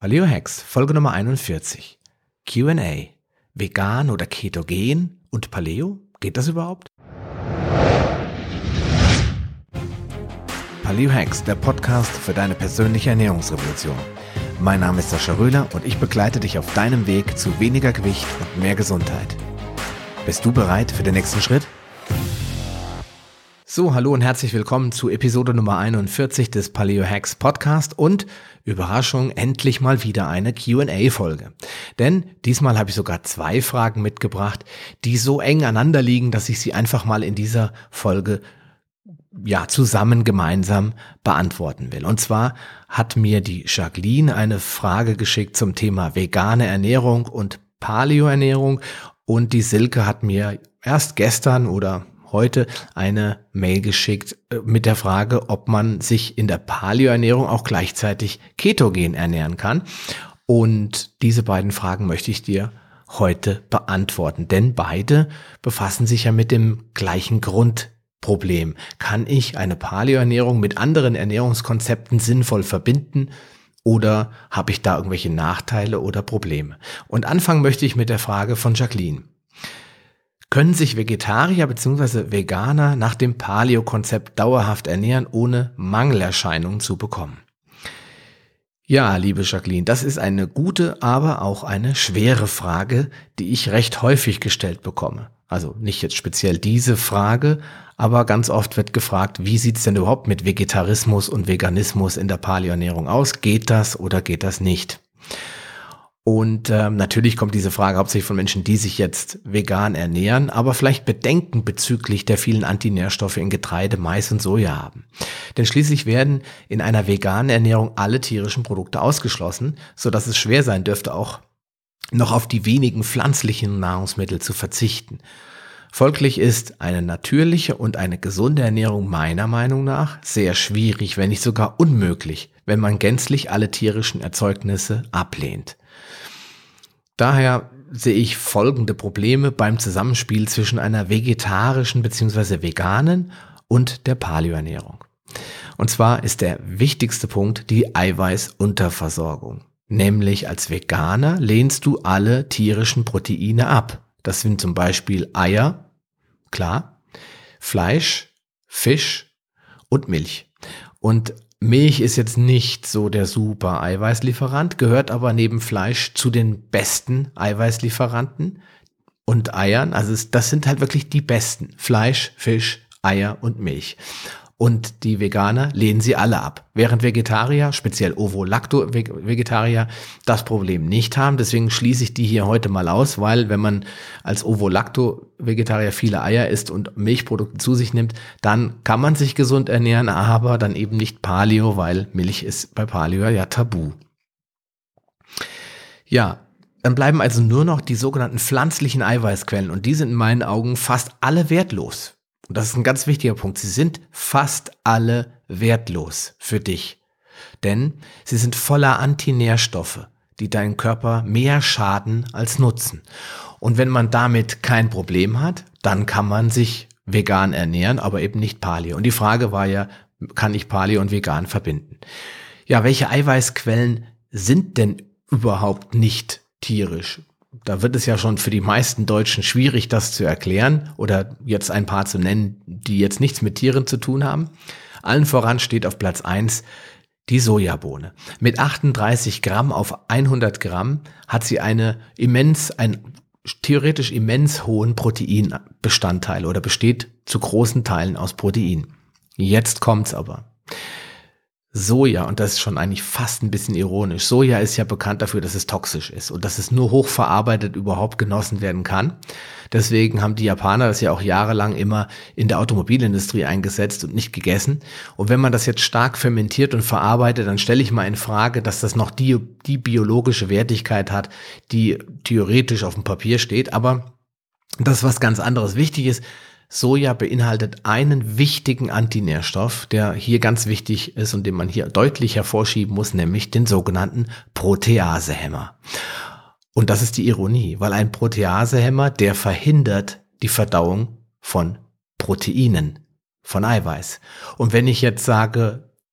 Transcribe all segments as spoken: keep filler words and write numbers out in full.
Paleo Hacks, Folge Nummer einundvierzig. Q und A. Vegan oder Ketogen und Paleo? Geht das überhaupt? Paleo Hacks, der Podcast für deine persönliche Ernährungsrevolution. Mein Name ist Sascha Röhler und ich begleite dich auf deinem Weg zu weniger Gewicht und mehr Gesundheit. Bist du bereit für den nächsten Schritt? So, hallo und herzlich willkommen zu Episode Nummer einundvierzig des Paleo Hacks Podcast und Überraschung, endlich mal wieder eine Q und A-Folge. Denn diesmal habe ich sogar zwei Fragen mitgebracht, die so eng aneinander liegen, dass ich sie einfach mal in dieser Folge ja zusammen gemeinsam beantworten will. Und zwar hat mir die Jacqueline eine Frage geschickt zum Thema vegane Ernährung und Paleo-Ernährung und die Silke hat mir erst gestern oder heute eine Mail geschickt mit der Frage, ob man sich in der Paleo-Ernährung auch gleichzeitig ketogen ernähren kann. Und diese beiden Fragen möchte ich dir heute beantworten, denn beide befassen sich ja mit dem gleichen Grundproblem. Kann ich eine Paleo-Ernährung mit anderen Ernährungskonzepten sinnvoll verbinden oder habe ich da irgendwelche Nachteile oder Probleme? Und anfangen möchte ich mit der Frage von Jacqueline. Können sich Vegetarier bzw. Veganer nach dem Paleo-Konzept dauerhaft ernähren, ohne Mangelerscheinungen zu bekommen? Ja, liebe Jacqueline, das ist eine gute, aber auch eine schwere Frage, die ich recht häufig gestellt bekomme. Also nicht jetzt speziell diese Frage, aber ganz oft wird gefragt, wie sieht es denn überhaupt mit Vegetarismus und Veganismus in der Paleo-Ernährung aus? Geht das oder geht das nicht? Und ähm, natürlich kommt diese Frage hauptsächlich von Menschen, die sich jetzt vegan ernähren, aber vielleicht Bedenken bezüglich der vielen Antinährstoffe in Getreide, Mais und Soja haben. Denn schließlich werden in einer veganen Ernährung alle tierischen Produkte ausgeschlossen, sodass es schwer sein dürfte, auch noch auf die wenigen pflanzlichen Nahrungsmittel zu verzichten. Folglich ist eine natürliche und eine gesunde Ernährung meiner Meinung nach sehr schwierig, wenn nicht sogar unmöglich, wenn man gänzlich alle tierischen Erzeugnisse ablehnt. Daher sehe ich folgende Probleme beim Zusammenspiel zwischen einer vegetarischen bzw. veganen und der Paleo-Ernährung. Und zwar ist der wichtigste Punkt die Eiweißunterversorgung. Nämlich als Veganer lehnst du alle tierischen Proteine ab. Das sind zum Beispiel Eier, klar, Fleisch, Fisch und Milch. Und Milch ist jetzt nicht so der super Eiweißlieferant, gehört aber neben Fleisch zu den besten Eiweißlieferanten und Eiern. Also das sind halt wirklich die besten. Fleisch, Fisch, Eier und Milch. Und die Veganer lehnen sie alle ab. Während Vegetarier, speziell Ovo-Lacto-Vegetarier, das Problem nicht haben. Deswegen schließe ich die hier heute mal aus, weil wenn man als Ovo-Lacto-Vegetarier viele Eier isst und Milchprodukte zu sich nimmt, dann kann man sich gesund ernähren, aber dann eben nicht Paleo, weil Milch ist bei Paleo ja tabu. Ja, dann bleiben also nur noch die sogenannten pflanzlichen Eiweißquellen und die sind in meinen Augen fast alle wertlos. Und das ist ein ganz wichtiger Punkt. Sie sind fast alle wertlos für dich. Denn sie sind voller Antinährstoffe, die deinen Körper mehr schaden als nutzen. Und wenn man damit kein Problem hat, dann kann man sich vegan ernähren, aber eben nicht Paleo. Und die Frage war ja, kann ich Paleo und vegan verbinden? Ja, welche Eiweißquellen sind denn überhaupt nicht tierisch? Da wird es ja schon für die meisten Deutschen schwierig, das zu erklären oder jetzt ein paar zu nennen, die jetzt nichts mit Tieren zu tun haben. Allen voran steht auf Platz eins die Sojabohne. Mit achtunddreißig Gramm auf hundert Gramm hat sie eine immens, einen theoretisch immens hohen Proteinbestandteil oder besteht zu großen Teilen aus Protein. Jetzt kommt's aber. Soja, und das ist schon eigentlich fast ein bisschen ironisch, Soja ist ja bekannt dafür, dass es toxisch ist und dass es nur hochverarbeitet überhaupt genossen werden kann. Deswegen haben die Japaner das ja auch jahrelang immer in der Automobilindustrie eingesetzt und nicht gegessen. Und wenn man das jetzt stark fermentiert und verarbeitet, dann stelle ich mal in Frage, dass das noch die, die biologische Wertigkeit hat, die theoretisch auf dem Papier steht. Aber das ist was ganz anderes. Wichtig ist, Soja beinhaltet einen wichtigen Antinährstoff, der hier ganz wichtig ist und den man hier deutlich hervorschieben muss, nämlich den sogenannten Proteasehemmer. Und das ist die Ironie, weil ein Proteasehemmer, der verhindert die Verdauung von Proteinen, von Eiweiß. Und wenn ich jetzt sage,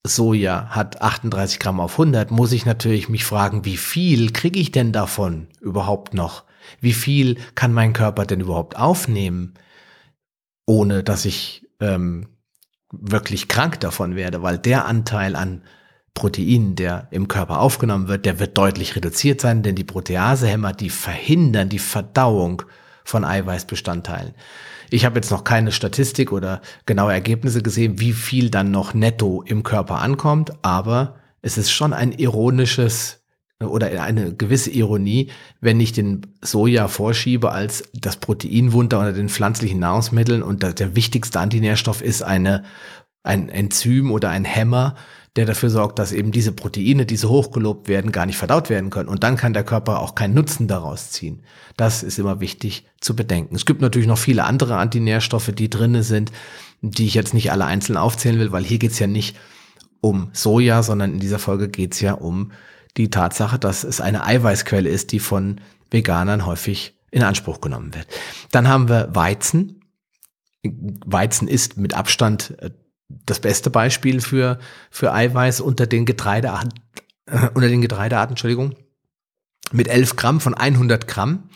Soja hat achtunddreißig Gramm auf hundert, muss ich natürlich mich fragen, wie viel kriege ich denn davon überhaupt noch? Wie viel kann mein Körper denn überhaupt aufnehmen, ohne dass ich ähm, wirklich krank davon werde? Weil der Anteil an Proteinen, der im Körper aufgenommen wird, der wird deutlich reduziert sein, denn die Proteasehämmer, die verhindern die Verdauung von Eiweißbestandteilen. Ich habe jetzt noch keine Statistik oder genaue Ergebnisse gesehen, wie viel dann noch netto im Körper ankommt, aber es ist schon ein ironisches oder eine gewisse Ironie, wenn ich den Soja vorschiebe als das Proteinwunder unter den pflanzlichen Nahrungsmitteln und der wichtigste Antinährstoff ist eine, ein Enzym oder ein Hämmer, der dafür sorgt, dass eben diese Proteine, die so hochgelobt werden, gar nicht verdaut werden können. Und dann kann der Körper auch keinen Nutzen daraus ziehen. Das ist immer wichtig zu bedenken. Es gibt natürlich noch viele andere Antinährstoffe, die drinne sind, die ich jetzt nicht alle einzeln aufzählen will, weil hier geht's ja nicht um Soja, sondern in dieser Folge geht's ja um die Tatsache, dass es eine Eiweißquelle ist, die von Veganern häufig in Anspruch genommen wird. Dann haben wir Weizen. Weizen ist mit Abstand das beste Beispiel für, für Eiweiß unter den Getreidearten, äh, unter den Getreidearten, Entschuldigung, mit elf Gramm von hundert Gramm,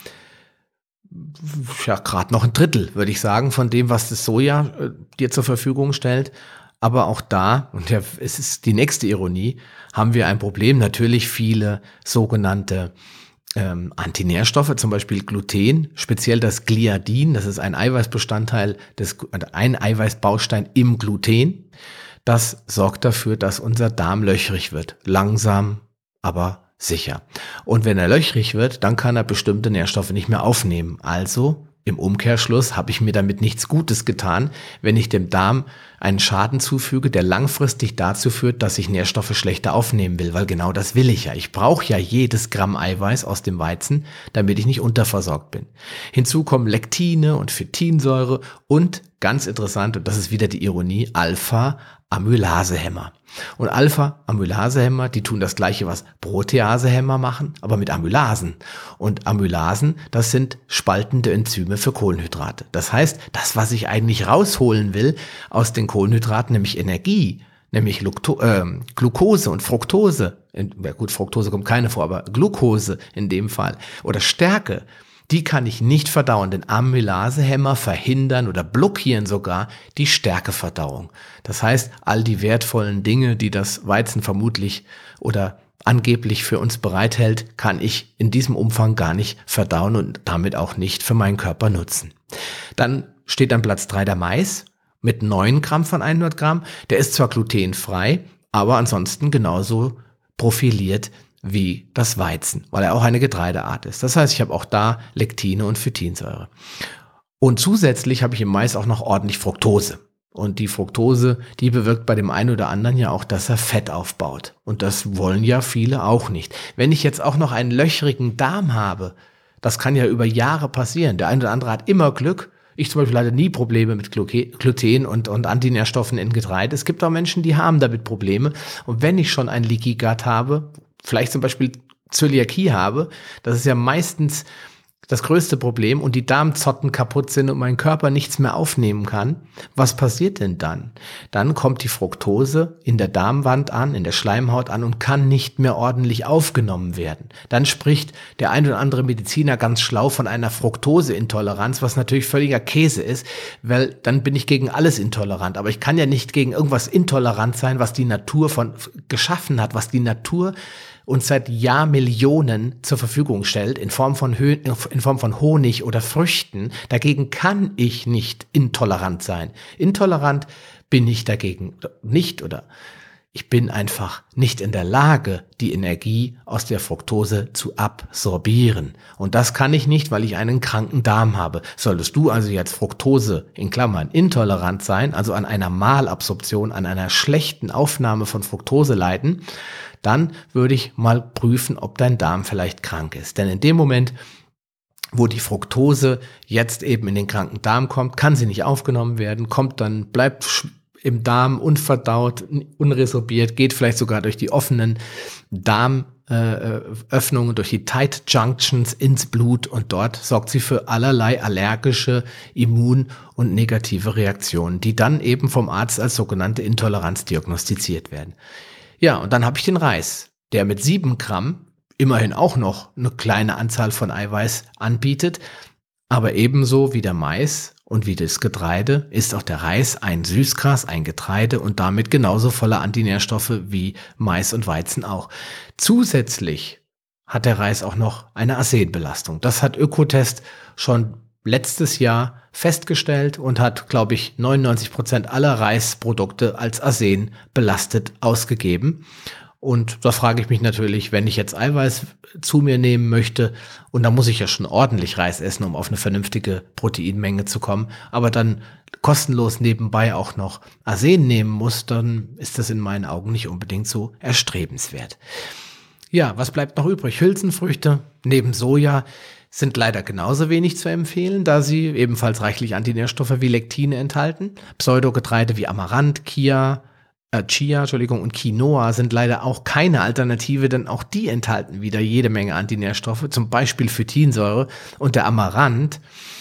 ja, gerade noch ein Drittel, würde ich sagen, von dem, was das Soja äh, dir zur Verfügung stellt. Aber auch da, und ja, es ist die nächste Ironie, haben wir ein Problem. Natürlich viele sogenannte Ähm, Antinährstoffe, zum Beispiel Gluten, speziell das Gliadin, das ist ein Eiweißbestandteil, des, ein Eiweißbaustein im Gluten. Das sorgt dafür, dass unser Darm löchrig wird. Langsam, aber sicher. Und wenn er löchrig wird, dann kann er bestimmte Nährstoffe nicht mehr aufnehmen. Also im Umkehrschluss habe ich mir damit nichts Gutes getan, wenn ich dem Darm einen Schaden zufüge, der langfristig dazu führt, dass ich Nährstoffe schlechter aufnehmen will, weil genau das will ich ja. Ich brauche ja jedes Gramm Eiweiß aus dem Weizen, damit ich nicht unterversorgt bin. Hinzu kommen Lektine und Phytinsäure und, ganz interessant, und das ist wieder die Ironie, Alpha-Amylasehämmer. Und Alpha-Amylasehämmer, die tun das Gleiche, was Proteasehämmer machen, aber mit Amylasen. Und Amylasen, das sind spaltende Enzyme für Kohlenhydrate. Das heißt, das, was ich eigentlich rausholen will aus den Kohlenhydraten, nämlich Energie, nämlich Lukto- äh, Glucose und Fructose, in, ja gut, Fructose kommt keine vor, aber Glucose in dem Fall, oder Stärke, die kann ich nicht verdauen, denn Amylasehämmer verhindern oder blockieren sogar die Stärkeverdauung. Das heißt, all die wertvollen Dinge, die das Weizen vermutlich oder angeblich für uns bereithält, kann ich in diesem Umfang gar nicht verdauen und damit auch nicht für meinen Körper nutzen. Dann steht an Platz drei der Mais mit neun Gramm von hundert Gramm. Der ist zwar glutenfrei, aber ansonsten genauso profiliert wie das Weizen, weil er auch eine Getreideart ist. Das heißt, ich habe auch da Lektine und Phytinsäure. Und zusätzlich habe ich im Mais auch noch ordentlich Fructose. Und die Fructose, die bewirkt bei dem einen oder anderen ja auch, dass er Fett aufbaut. Und das wollen ja viele auch nicht. Wenn ich jetzt auch noch einen löchrigen Darm habe, das kann ja über Jahre passieren. Der eine oder andere hat immer Glück. Ich zum Beispiel hatte nie Probleme mit Gluten und, und Antinährstoffen in Getreide. Es gibt auch Menschen, die haben damit Probleme. Und wenn ich schon ein Leaky Gut habe, vielleicht zum Beispiel Zöliakie habe, das ist ja meistens das größte Problem und die Darmzotten kaputt sind und mein Körper nichts mehr aufnehmen kann, was passiert denn dann? Dann kommt die Fructose in der Darmwand an, in der Schleimhaut an und kann nicht mehr ordentlich aufgenommen werden. Dann spricht der ein oder andere Mediziner ganz schlau von einer Fructoseintoleranz, was natürlich völliger Käse ist, weil dann bin ich gegen alles intolerant. Aber ich kann ja nicht gegen irgendwas intolerant sein, was die Natur von geschaffen hat, was die Natur uns seit Jahrmillionen zur Verfügung stellt, in Form von Hö- in Form von Honig oder Früchten. Dagegen kann ich nicht intolerant sein. Intolerant bin ich dagegen nicht oder ich bin einfach nicht in der Lage, die Energie aus der Fructose zu absorbieren. Und das kann ich nicht, weil ich einen kranken Darm habe. Solltest du also jetzt Fructose in Klammern intolerant sein, also an einer Malabsorption, an einer schlechten Aufnahme von Fructose leiden, dann würde ich mal prüfen, ob dein Darm vielleicht krank ist. Denn in dem Moment, wo die Fructose jetzt eben in den kranken Darm kommt, kann sie nicht aufgenommen werden, kommt dann, bleibt im Darm unverdaut, unresorbiert, geht vielleicht sogar durch die offenen Darm, Darmöffnungen, durch die Tight Junctions ins Blut und dort sorgt sie für allerlei allergische, immun- und negative Reaktionen, die dann eben vom Arzt als sogenannte Intoleranz diagnostiziert werden. Ja, und dann habe ich den Reis, der mit sieben Gramm immerhin auch noch eine kleine Anzahl von Eiweiß anbietet, aber ebenso wie der Mais und wie das Getreide ist auch der Reis ein Süßgras, ein Getreide und damit genauso voller Antinährstoffe wie Mais und Weizen auch. Zusätzlich hat der Reis auch noch eine Arsenbelastung. Das hat Ökotest schon letztes Jahr festgestellt und hat, glaube ich, neunundneunzig Prozent aller Reisprodukte als Arsen belastet ausgegeben. Und da frage ich mich natürlich, wenn ich jetzt Eiweiß zu mir nehmen möchte, und da muss ich ja schon ordentlich Reis essen, um auf eine vernünftige Proteinmenge zu kommen, aber dann kostenlos nebenbei auch noch Arsen nehmen muss, dann ist das in meinen Augen nicht unbedingt so erstrebenswert. Ja, was bleibt noch übrig? Hülsenfrüchte neben Soja sind leider genauso wenig zu empfehlen, da sie ebenfalls reichlich Antinährstoffe wie Lektine enthalten. Pseudogetreide wie Amaranth, Chia, Chia, Entschuldigung, und Quinoa sind leider auch keine Alternative, denn auch die enthalten wieder jede Menge Antinährstoffe, zum Beispiel Phytinsäure. Und der Amaranth,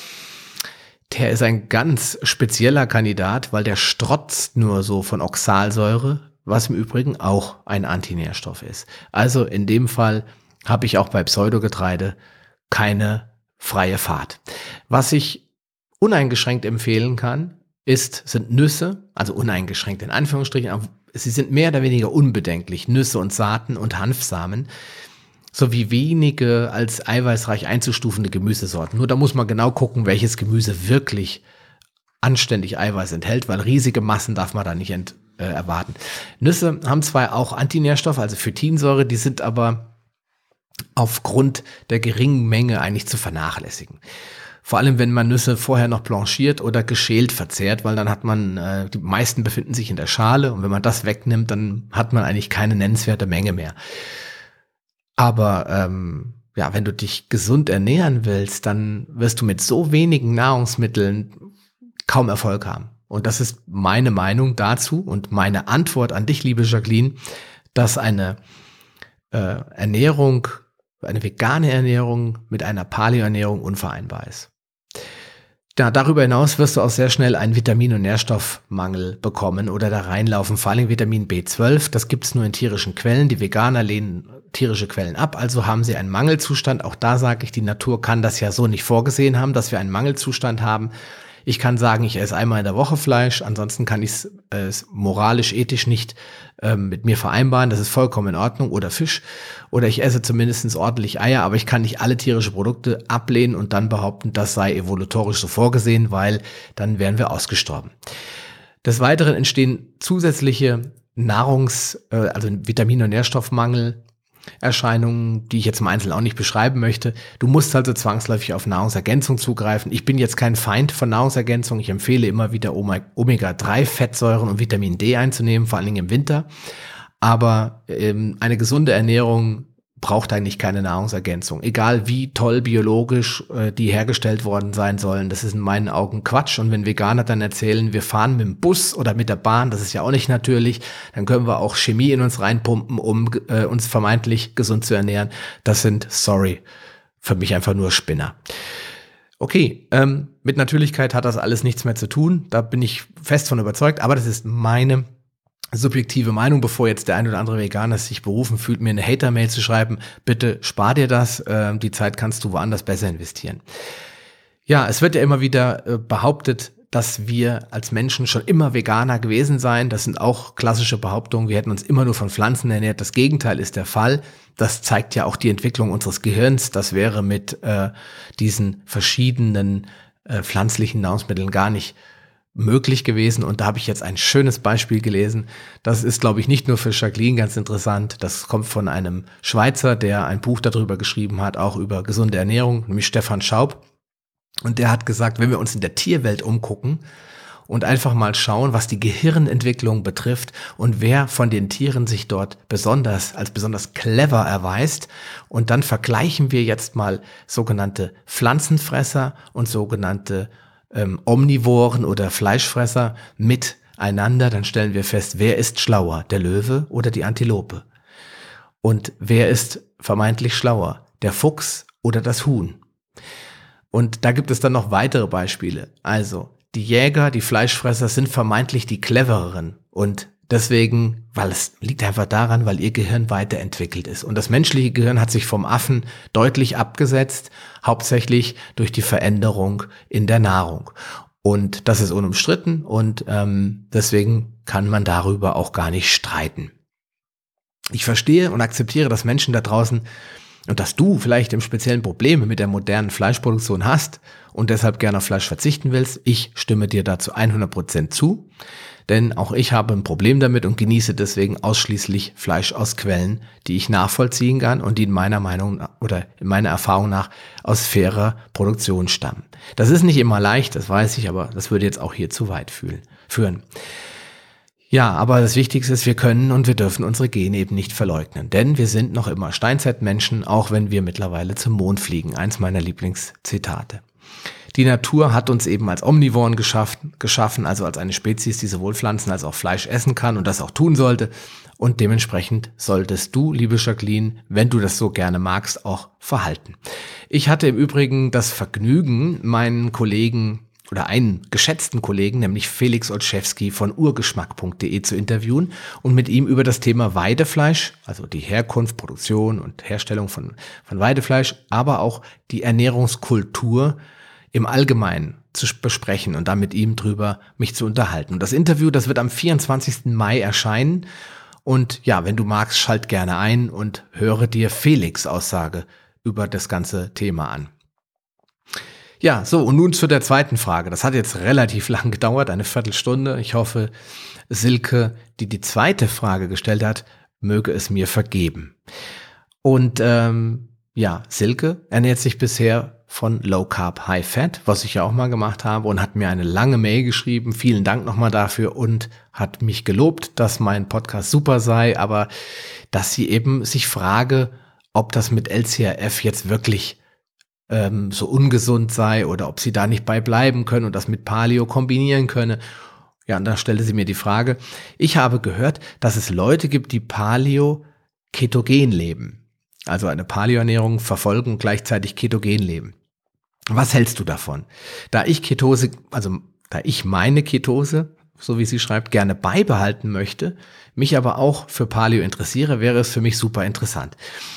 der ist ein ganz spezieller Kandidat, weil der strotzt nur so von Oxalsäure, was im Übrigen auch ein Antinährstoff ist. Also in dem Fall habe ich auch bei Pseudogetreide keine freie Fahrt. Was ich uneingeschränkt empfehlen kann, ist, sind Nüsse, also uneingeschränkt in Anführungsstrichen, aber sie sind mehr oder weniger unbedenklich, Nüsse und Saaten und Hanfsamen, sowie wenige als eiweißreich einzustufende Gemüsesorten. Nur da muss man genau gucken, welches Gemüse wirklich anständig Eiweiß enthält, weil riesige Massen darf man da nicht ent, äh, erwarten. Nüsse haben zwar auch Antinährstoffe, also Phytinsäure, die sind aber aufgrund der geringen Menge eigentlich zu vernachlässigen. Vor allem, wenn man Nüsse vorher noch blanchiert oder geschält verzehrt, weil dann hat man, äh, die meisten befinden sich in der Schale und wenn man das wegnimmt, dann hat man eigentlich keine nennenswerte Menge mehr. Aber ähm, ja, wenn du dich gesund ernähren willst, dann wirst du mit so wenigen Nahrungsmitteln kaum Erfolg haben. Und das ist meine Meinung dazu und meine Antwort an dich, liebe Jacqueline, dass eine äh, Ernährung, eine vegane Ernährung mit einer Paleo-Ernährung unvereinbar ist. Ja, darüber hinaus wirst du auch sehr schnell einen Vitamin- und Nährstoffmangel bekommen oder da reinlaufen, vor allem Vitamin B zwölf, das gibt es nur in tierischen Quellen. Die Veganer lehnen tierische Quellen ab, also haben sie einen Mangelzustand. Auch da sage ich, die Natur kann das ja so nicht vorgesehen haben, dass wir einen Mangelzustand haben. Ich kann sagen, ich esse einmal in der Woche Fleisch, ansonsten kann ich es äh, moralisch, ethisch nicht ähm, mit mir vereinbaren, das ist vollkommen in Ordnung, oder Fisch, oder ich esse zumindest ordentlich Eier, aber ich kann nicht alle tierische Produkte ablehnen und dann behaupten, das sei evolutorisch so vorgesehen, weil dann wären wir ausgestorben. Des Weiteren entstehen zusätzliche Nahrungs-, äh, also Vitamin- und Nährstoffmangel, Erscheinungen, die ich jetzt im Einzelnen auch nicht beschreiben möchte. Du musst also zwangsläufig auf Nahrungsergänzung zugreifen. Ich bin jetzt kein Feind von Nahrungsergänzung. Ich empfehle immer wieder Omega drei Fettsäuren und Vitamin D einzunehmen, vor allen Dingen im Winter. Aber ähm, eine gesunde Ernährung braucht eigentlich keine Nahrungsergänzung. Egal wie toll biologisch äh, die hergestellt worden sein sollen, das ist in meinen Augen Quatsch. Und wenn Veganer dann erzählen, wir fahren mit dem Bus oder mit der Bahn, das ist ja auch nicht natürlich, dann können wir auch Chemie in uns reinpumpen, um äh, uns vermeintlich gesund zu ernähren. Das sind, sorry, für mich einfach nur Spinner. Okay, ähm, mit Natürlichkeit hat das alles nichts mehr zu tun, da bin ich fest von überzeugt, aber das ist meine subjektive Meinung, bevor jetzt der ein oder andere Veganer sich berufen fühlt, mir eine Hater-Mail zu schreiben. Bitte spar dir das, äh, die Zeit kannst du woanders besser investieren. Ja, es wird ja immer wieder äh, behauptet, dass wir als Menschen schon immer Veganer gewesen seien. Das sind auch klassische Behauptungen. Wir hätten uns immer nur von Pflanzen ernährt. Das Gegenteil ist der Fall. Das zeigt ja auch die Entwicklung unseres Gehirns. Das wäre mit äh, diesen verschiedenen äh, pflanzlichen Nahrungsmitteln gar nicht möglich gewesen, und da habe ich jetzt ein schönes Beispiel gelesen. Das ist, glaube ich, nicht nur für Jacqueline ganz interessant. Das kommt von einem Schweizer, der ein Buch darüber geschrieben hat, auch über gesunde Ernährung, nämlich Stefan Schaub. Und der hat gesagt, wenn wir uns in der Tierwelt umgucken und einfach mal schauen, was die Gehirnentwicklung betrifft und wer von den Tieren sich dort besonders als besonders clever erweist, und dann vergleichen wir jetzt mal sogenannte Pflanzenfresser und sogenannte Ähm, Omnivoren oder Fleischfresser miteinander, dann stellen wir fest, wer ist schlauer, der Löwe oder die Antilope? Und wer ist vermeintlich schlauer? Der Fuchs oder das Huhn? Und da gibt es dann noch weitere Beispiele. Also, die Jäger, die Fleischfresser sind vermeintlich die clevereren und deswegen, weil es liegt einfach daran, weil ihr Gehirn weiterentwickelt ist. Und das menschliche Gehirn hat sich vom Affen deutlich abgesetzt, hauptsächlich durch die Veränderung in der Nahrung. Und das ist unumstritten und ähm, deswegen kann man darüber auch gar nicht streiten. Ich verstehe und akzeptiere, dass Menschen da draußen und dass du vielleicht im Speziellen Probleme mit der modernen Fleischproduktion hast und deshalb gerne auf Fleisch verzichten willst. Ich stimme dir dazu hundert Prozent zu, denn auch ich habe ein Problem damit und genieße deswegen ausschließlich Fleisch aus Quellen, die ich nachvollziehen kann und die in meiner Meinung oder in meiner Erfahrung nach aus fairer Produktion stammen. Das ist nicht immer leicht, das weiß ich, aber das würde jetzt auch hier zu weit führen. Ja, aber das Wichtigste ist, wir können und wir dürfen unsere Gene eben nicht verleugnen, denn wir sind noch immer Steinzeitmenschen, auch wenn wir mittlerweile zum Mond fliegen. Eins meiner Lieblingszitate. Die Natur hat uns eben als Omnivoren geschaffen, geschaffen, also als eine Spezies, die sowohl Pflanzen als auch Fleisch essen kann und das auch tun sollte. Und dementsprechend solltest du, liebe Jacqueline, wenn du das so gerne magst, auch verhalten. Ich hatte im Übrigen das Vergnügen, meinen Kollegen oder einen geschätzten Kollegen, nämlich Felix Olszewski von urgeschmack punkt de zu interviewen und mit ihm über das Thema Weidefleisch, also die Herkunft, Produktion und Herstellung von, von Weidefleisch, aber auch die Ernährungskultur im Allgemeinen zu besprechen und da mit ihm drüber mich zu unterhalten. Und das Interview, das wird am vierundzwanzigsten Mai erscheinen und ja, wenn du magst, schalt gerne ein und höre dir Felix' Aussage über das ganze Thema an. Ja, so, und nun zu der zweiten Frage. Das hat jetzt relativ lang gedauert, eine Viertelstunde. Ich hoffe, Silke, die die zweite Frage gestellt hat, möge es mir vergeben. Und ähm, ja, Silke ernährt sich bisher von Low Carb, High Fat, was ich ja auch mal gemacht habe und hat mir eine lange Mail geschrieben. Vielen Dank nochmal dafür und hat mich gelobt, dass mein Podcast super sei, aber dass sie eben sich frage, ob das mit L C R F jetzt wirklich so ungesund sei oder ob sie da nicht bei bleiben können und das mit Paleo kombinieren könne. Ja, und da stellte sie mir die Frage, ich habe gehört, dass es Leute gibt, die Paleo ketogen leben. Also eine Paleo-Ernährung verfolgen und gleichzeitig ketogen leben. Was hältst du davon? Da ich Ketose, also da ich meine Ketose, so wie sie schreibt, gerne beibehalten möchte, mich aber auch für Paleo interessiere, wäre es für mich super interessant.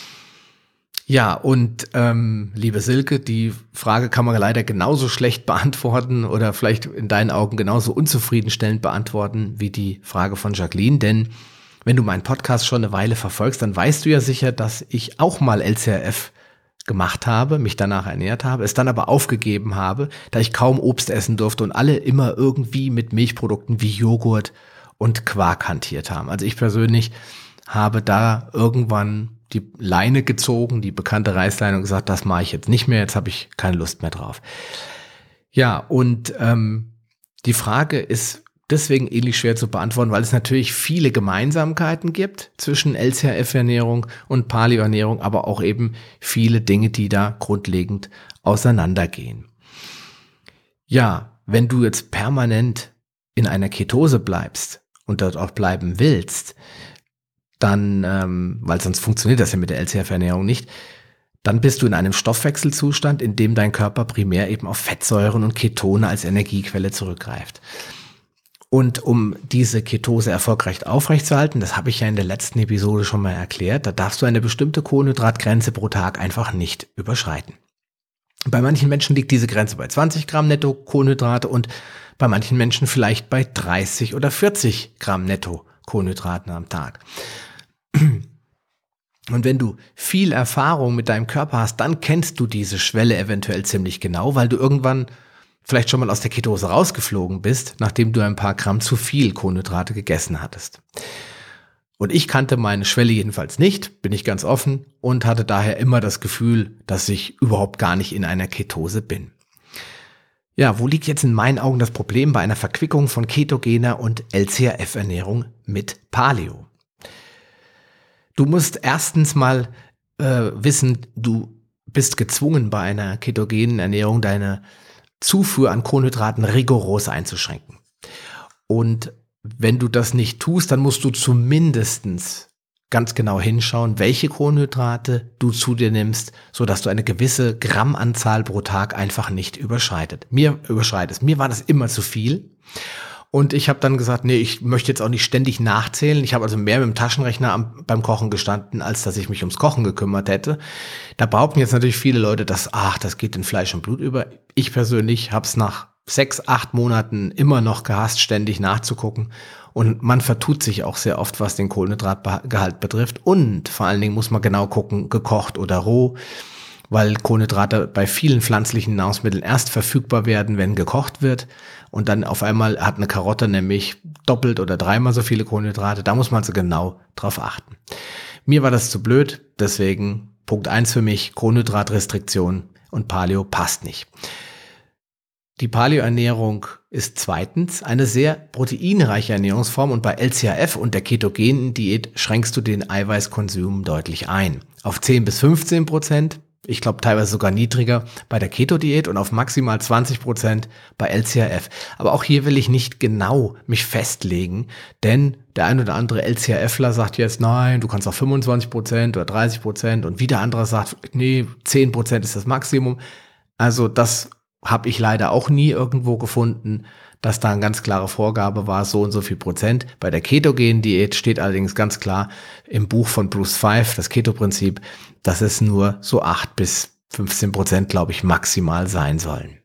Ja, und ähm, liebe Silke, die Frage kann man leider genauso schlecht beantworten oder vielleicht in deinen Augen genauso unzufriedenstellend beantworten wie die Frage von Jacqueline, denn wenn du meinen Podcast schon eine Weile verfolgst, dann weißt du ja sicher, dass ich auch mal L C R F gemacht habe, mich danach ernährt habe, es dann aber aufgegeben habe, da ich kaum Obst essen durfte und alle immer irgendwie mit Milchprodukten wie Joghurt und Quark hantiert haben. Also ich persönlich habe da irgendwann die Leine gezogen, die bekannte Reißleine und gesagt, das mache ich jetzt nicht mehr, jetzt habe ich keine Lust mehr drauf. Ja, und ähm, die Frage ist deswegen ähnlich schwer zu beantworten, weil es natürlich viele Gemeinsamkeiten gibt zwischen L C R F-Ernährung und Paleo-Ernährung, aber auch eben viele Dinge, die da grundlegend auseinandergehen. Ja, wenn du jetzt permanent in einer Ketose bleibst und dort auch bleiben willst, dann, ähm, weil sonst funktioniert das ja mit der L C R F-Ernährung nicht, dann bist du in einem Stoffwechselzustand, in dem dein Körper primär eben auf Fettsäuren und Ketone als Energiequelle zurückgreift. Und um diese Ketose erfolgreich aufrechtzuerhalten, das habe ich ja in der letzten Episode schon mal erklärt, da darfst du eine bestimmte Kohlenhydratgrenze pro Tag einfach nicht überschreiten. Bei manchen Menschen liegt diese Grenze bei zwanzig Gramm netto Kohlenhydrate und bei manchen Menschen vielleicht bei dreißig oder vierzig Gramm netto Kohlenhydraten am Tag. Und wenn du viel Erfahrung mit deinem Körper hast, dann kennst du diese Schwelle eventuell ziemlich genau, weil du irgendwann vielleicht schon mal aus der Ketose rausgeflogen bist, nachdem du ein paar Gramm zu viel Kohlenhydrate gegessen hattest. Und ich kannte meine Schwelle jedenfalls nicht, bin ich ganz offen, und hatte daher immer das Gefühl, dass ich überhaupt gar nicht in einer Ketose bin. Ja, wo liegt jetzt in meinen Augen das Problem bei einer Verquickung von ketogener und L C R F-Ernährung mit Paleo? Du musst erstens mal äh, wissen, du bist gezwungen, bei einer ketogenen Ernährung deine Zufuhr an Kohlenhydraten rigoros einzuschränken. Und wenn du das nicht tust, dann musst du zumindestens ganz genau hinschauen, welche Kohlenhydrate du zu dir nimmst, so dass du eine gewisse Grammanzahl pro Tag einfach nicht überschreitet. Mir überschreitest. Mir war das immer zu viel. Und ich habe dann gesagt, nee, ich möchte jetzt auch nicht ständig nachzählen. Ich habe also mehr mit dem Taschenrechner am, beim Kochen gestanden, als dass ich mich ums Kochen gekümmert hätte. Da behaupten jetzt natürlich viele Leute, dass, ach, das geht in Fleisch und Blut über. Ich persönlich habe es nach sechs, acht Monaten immer noch gehasst, ständig nachzugucken. Und man vertut sich auch sehr oft, was den Kohlenhydratgehalt betrifft. Und vor allen Dingen muss man genau gucken, gekocht oder roh, weil Kohlenhydrate bei vielen pflanzlichen Nahrungsmitteln erst verfügbar werden, wenn gekocht wird. Und dann auf einmal hat eine Karotte nämlich doppelt oder dreimal so viele Kohlenhydrate. Da muss man also genau drauf achten. Mir war das zu blöd, deswegen Punkt eins für mich, Kohlenhydratrestriktion und Paleo passt nicht. Die Paleo-Ernährung ist zweitens eine sehr proteinreiche Ernährungsform und bei L C A F und der ketogenen Diät schränkst du den Eiweißkonsum deutlich ein. Auf zehn bis fünfzehn Prozent, ich glaube teilweise sogar niedriger bei der Keto-Diät und auf maximal zwanzig Prozent bei L C A F. Aber auch hier will ich nicht genau mich festlegen, denn der ein oder andere LCAFler sagt jetzt, nein, du kannst auch fünfundzwanzig Prozent oder dreißig Prozent und wieder anderer sagt, nee, zehn Prozent ist das Maximum. Also das habe ich leider auch nie irgendwo gefunden, dass da eine ganz klare Vorgabe war, so und so viel Prozent. Bei der ketogenen Diät steht allerdings ganz klar im Buch von Bruce Fife, das Keto-Prinzip, dass es nur so acht bis fünfzehn Prozent, glaube ich, maximal sein sollen.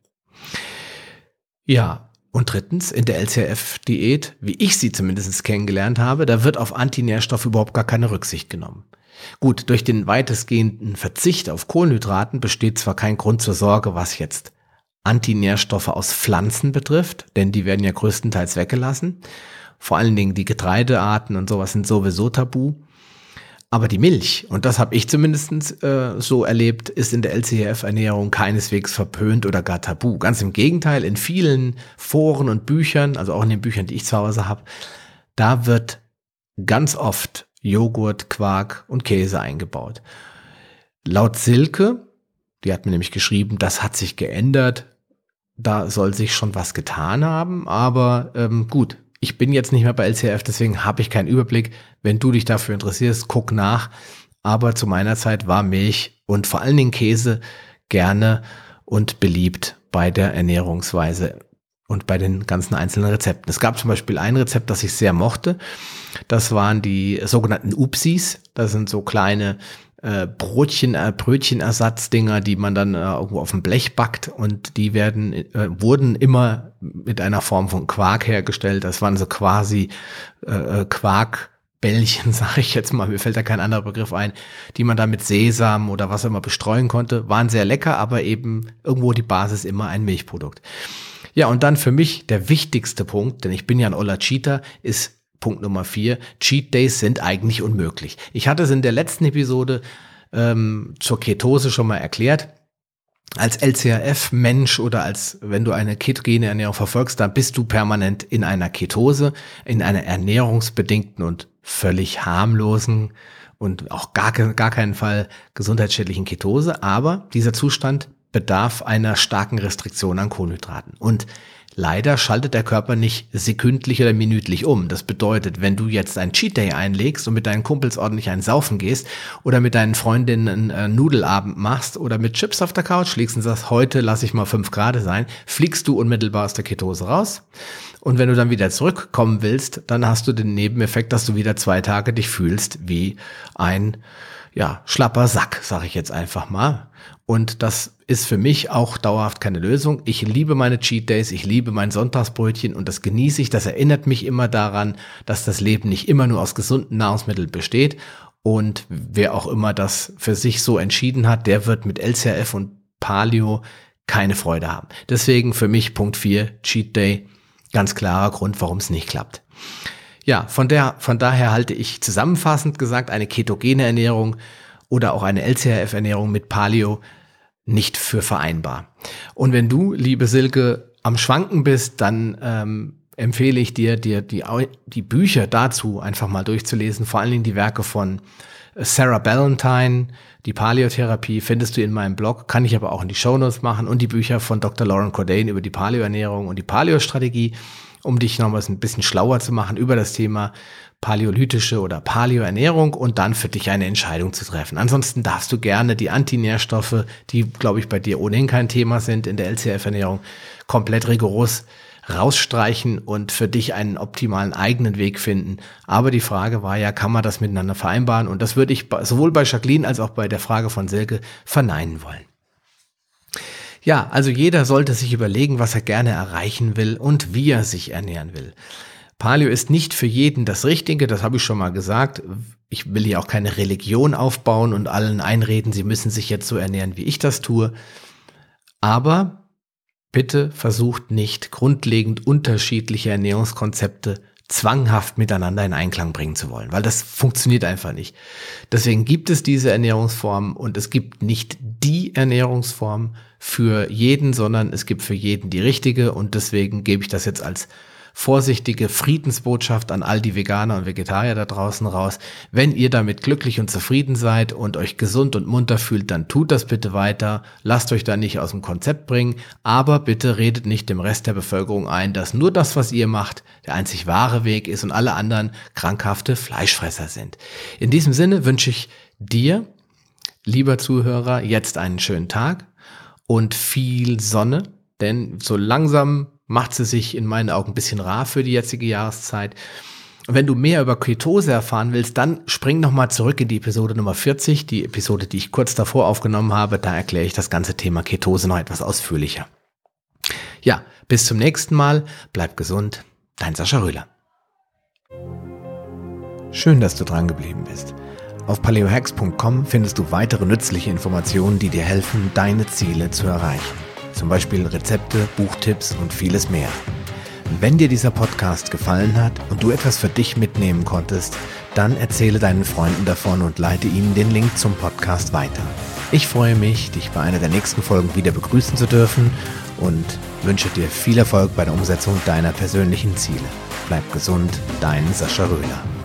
Ja, und drittens, in der L C A F-Diät, wie ich sie zumindest kennengelernt habe, da wird auf Antinährstoffe überhaupt gar keine Rücksicht genommen. Gut, durch den weitestgehenden Verzicht auf Kohlenhydraten besteht zwar kein Grund zur Sorge, was jetzt Antinährstoffe aus Pflanzen betrifft, denn die werden ja größtenteils weggelassen. Vor allen Dingen die Getreidearten und sowas sind sowieso tabu. Aber die Milch, und das habe ich zumindest äh, so erlebt, ist in der L C A F-Ernährung keineswegs verpönt oder gar tabu. Ganz im Gegenteil, in vielen Foren und Büchern, also auch in den Büchern, die ich zu Hause habe, da wird ganz oft Joghurt, Quark und Käse eingebaut. Laut Silke, die hat mir nämlich geschrieben, das hat sich geändert, da soll sich schon was getan haben, aber ähm, gut, ich bin jetzt nicht mehr bei L C A F, deswegen habe ich keinen Überblick. Wenn du dich dafür interessierst, guck nach, aber zu meiner Zeit war Milch und vor allen Dingen Käse gerne und beliebt bei der Ernährungsweise und bei den ganzen einzelnen Rezepten. Es gab zum Beispiel ein Rezept, das ich sehr mochte, das waren die sogenannten Upsis, das sind so kleine Äh, Brötchen, äh, Brötchenersatzdinger, die man dann äh, irgendwo auf dem Blech backt und die werden äh, wurden immer mit einer Form von Quark hergestellt. Das waren so quasi äh, Quarkbällchen, sage ich jetzt mal, mir fällt da kein anderer Begriff ein, die man da mit Sesam oder was auch immer bestreuen konnte. Waren sehr lecker, aber eben irgendwo die Basis immer ein Milchprodukt. Ja, und dann für mich der wichtigste Punkt, denn ich bin ja ein oller Cheater, ist Punkt Nummer vier, Cheat Days sind eigentlich unmöglich. Ich hatte es in der letzten Episode ähm, zur Ketose schon mal erklärt. Als L C A F-Mensch oder als wenn du eine ketogene Ernährung verfolgst, dann bist du permanent in einer Ketose, in einer ernährungsbedingten und völlig harmlosen und auch gar, gar keinen Fall gesundheitsschädlichen Ketose. Aber dieser Zustand bedarf einer starken Restriktion an Kohlenhydraten. Und leider schaltet der Körper nicht sekündlich oder minütlich um. Das bedeutet, wenn du jetzt einen Cheat Day einlegst und mit deinen Kumpels ordentlich einen Saufen gehst oder mit deinen Freundinnen einen äh, Nudelabend machst oder mit Chips auf der Couch liegst und sagst, heute lasse ich mal fünf Grad sein, fliegst du unmittelbar aus der Ketose raus. Und wenn du dann wieder zurückkommen willst, dann hast du den Nebeneffekt, dass du wieder zwei Tage dich fühlst wie ein ja, schlapper Sack, sage ich jetzt einfach mal. Und das ist für mich auch dauerhaft keine Lösung. Ich liebe meine Cheat Days, ich liebe mein Sonntagsbrötchen und das genieße ich. Das erinnert mich immer daran, dass das Leben nicht immer nur aus gesunden Nahrungsmitteln besteht. Und wer auch immer das für sich so entschieden hat, der wird mit L C A F und Paleo keine Freude haben. Deswegen für mich Punkt vier, Cheat Day, ganz klarer Grund, warum es nicht klappt. Ja, von der, von daher halte ich zusammenfassend gesagt eine ketogene Ernährung oder auch eine L C A F-Ernährung mit Paleo nicht für vereinbar. Und wenn du, liebe Silke, am Schwanken bist, dann ähm, empfehle ich dir, dir die, die Bücher dazu einfach mal durchzulesen, vor allen Dingen die Werke von Sarah Ballantyne, die Paleotherapie findest du in meinem Blog, kann ich aber auch in die Shownotes machen und die Bücher von Doktor Lauren Cordain über die Paleoernährung und die Paleostrategie. um dich nochmal ein bisschen schlauer zu machen über das Thema paläolithische oder Paleo-Ernährung und dann für dich eine Entscheidung zu treffen. Ansonsten darfst du gerne die Antinährstoffe, die, glaube ich, bei dir ohnehin kein Thema sind in der L C F-Ernährung, komplett rigoros rausstreichen und für dich einen optimalen eigenen Weg finden. Aber die Frage war ja, kann man das miteinander vereinbaren? Und das würde ich sowohl bei Jacqueline als auch bei der Frage von Silke verneinen wollen. Ja, also jeder sollte sich überlegen, was er gerne erreichen will und wie er sich ernähren will. Paleo ist nicht für jeden das Richtige, das habe ich schon mal gesagt. Ich will hier auch keine Religion aufbauen und allen einreden, sie müssen sich jetzt so ernähren, wie ich das tue. Aber bitte versucht nicht, grundlegend unterschiedliche Ernährungskonzepte zwanghaft miteinander in Einklang bringen zu wollen, weil das funktioniert einfach nicht. Deswegen gibt es diese Ernährungsformen und es gibt nicht die Ernährungsform für jeden, sondern es gibt für jeden die richtige und deswegen gebe ich das jetzt als vorsichtige Friedensbotschaft an all die Veganer und Vegetarier da draußen raus. Wenn ihr damit glücklich und zufrieden seid und euch gesund und munter fühlt, dann tut das bitte weiter. Lasst euch da nicht aus dem Konzept bringen, aber bitte redet nicht dem Rest der Bevölkerung ein, dass nur das, was ihr macht, der einzig wahre Weg ist und alle anderen krankhafte Fleischfresser sind. In diesem Sinne wünsche ich dir, lieber Zuhörer, jetzt einen schönen Tag und viel Sonne, denn so langsam macht sie sich in meinen Augen ein bisschen rar für die jetzige Jahreszeit. Und wenn du mehr über Ketose erfahren willst, dann spring nochmal zurück in die Episode Nummer vierzig, die Episode, die ich kurz davor aufgenommen habe. Da erkläre ich das ganze Thema Ketose noch etwas ausführlicher. Ja, bis zum nächsten Mal. Bleib gesund. Dein Sascha Röhler. Schön, dass du dran geblieben bist. Auf paleo hacks punkt com findest du weitere nützliche Informationen, die dir helfen, deine Ziele zu erreichen. Zum Beispiel Rezepte, Buchtipps und vieles mehr. Wenn dir dieser Podcast gefallen hat und du etwas für dich mitnehmen konntest, dann erzähle deinen Freunden davon und leite ihnen den Link zum Podcast weiter. Ich freue mich, dich bei einer der nächsten Folgen wieder begrüßen zu dürfen und wünsche dir viel Erfolg bei der Umsetzung deiner persönlichen Ziele. Bleib gesund, dein Sascha Röhler.